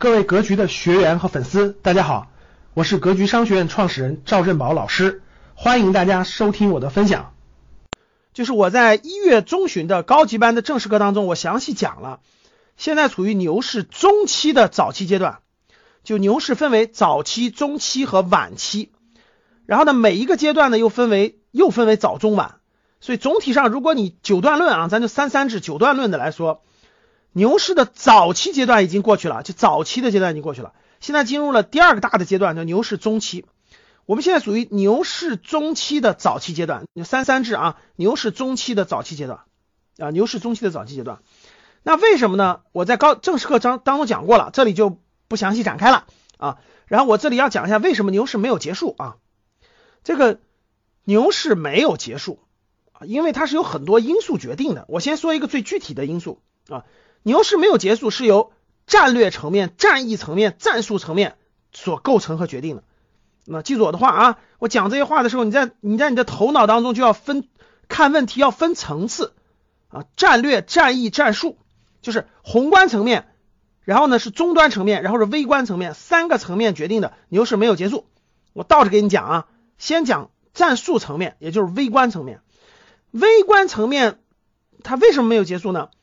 各位格局的学员和粉丝，大家好，我是格局商学院创始人赵振宝老师，欢迎大家收听我的分享。就是我在1月中旬的高级班的正式课当中，我详细讲了，现在处于牛市中期的早期阶段，就牛市分为早期、中期和晚期，然后呢，每一个阶段呢又分为早、中、晚，所以总体上，如果你九段论啊，咱就33至9段论的来说，牛市的早期阶段已经过去了，就早期的阶段已经过去了，现在进入了第二个大的阶段，叫牛市中期。我们现在属于牛市中期的早期阶段，33至啊，牛市中期的早期阶段啊，牛市中期的早期阶段。那为什么呢？我在正式课当中讲过了，这里就不详细展开了啊。然后我这里要讲一下为什么牛市没有结束啊。这个牛市没有结束啊，因为它是有很多因素决定的。我先说一个最具体的因素啊。牛市没有结束是由战略层面、战役层面、战术层面所构成和决定的。那记住我的话啊，我讲这些话的时候，你在你的头脑当中就要看问题要分层次啊，战略、战役、战术，就是宏观层面，然后呢是终端层面，然后是微观层面，三个层面决定的。牛市没有结束，我倒着给你讲啊，先讲战术层面，也就是微观层面。微观层面它为什么没有结束呢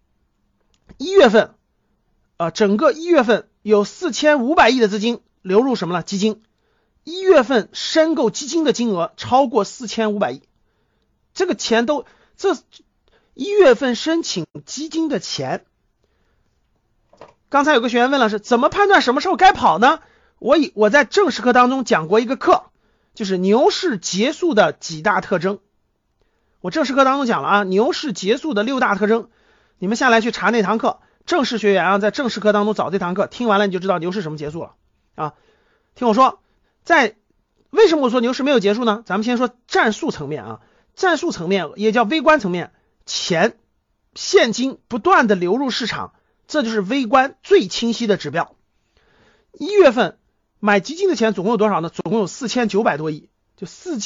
？1月份整个1月份有4500亿的资金流入什么了？基金。1月份申购基金的金额超过4500亿，这个钱1月份申请基金的钱。刚才有个学员问了，是怎么判断什么时候该跑呢？我在正式课当中讲过一个课，就是牛市结束的几大特征。我正式课当中讲了啊，牛市结束的6大特征，你们下来去查那堂课。正式学员啊，在正式课当中找这堂课，听完了你就知道牛市什么结束了啊。听我说，为什么我说牛市没有结束呢？咱们先说战术层面啊，战术层面也叫微观层面，现金不断的流入市场，这就是微观最清晰的指标。1月份买基金的钱总共有多少呢？总共有4900多亿，就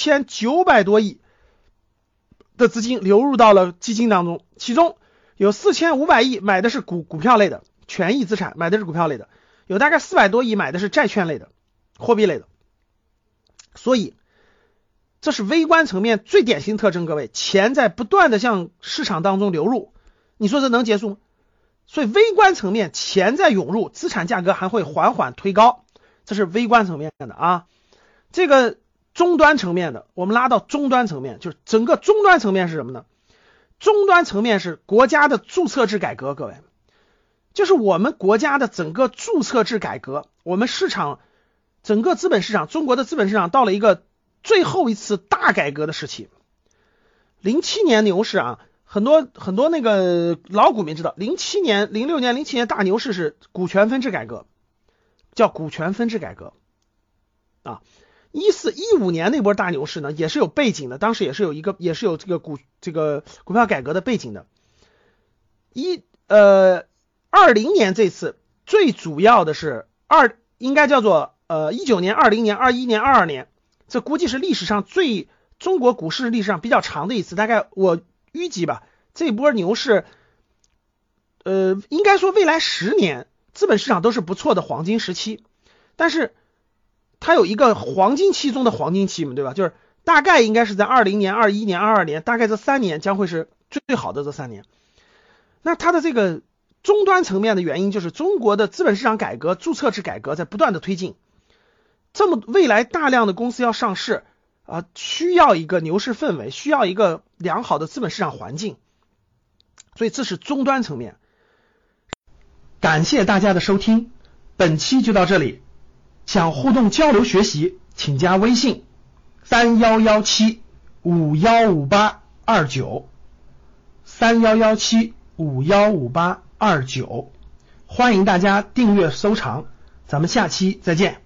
4900多亿的资金流入到了基金当中，其中有4500亿买的是股票类的权益资产，买的是股票类的，有大概400多亿买的是债券类的货币类的。所以这是微观层面最典型的特征，各位，钱在不断的向市场当中流入，你说这能结束吗？所以微观层面钱在涌入，资产价格还会缓缓推高，这是微观层面的啊。这个终端层面的，我们拉到终端层面，就是整个终端层面是什么呢？终端层面是国家的注册制改革，各位，就是我们国家的整个注册制改革，我们整个资本市场，中国的资本市场到了一个最后一次大改革的时期。07年牛市啊，很多那个老股民知道，06年、07年大牛市是股权分置改革，叫股权分置改革啊。14、15年那波大牛市呢，也是有背景的，当时也是有这个股票改革的背景的。20年这次最主要的是应该叫做19年、20年、21年、22年，这估计是历史上中国股市历史上比较长的一次，大概我预计吧，这波牛市应该说未来10年资本市场都是不错的黄金时期，但是它有一个黄金期中的黄金期嘛，对吧？就是大概应该是在20年、21年、22年，大概这3年将会是最好的这3年。那它的这个终端层面的原因就是中国的资本市场改革、注册制改革在不断的推进，未来大量的公司要上市啊，需要一个牛市氛围，需要一个良好的资本市场环境，所以这是终端层面。感谢大家的收听，本期就到这里。想互动交流学习，请加微信3117515829，3117515829，欢迎大家订阅收藏，咱们下期再见。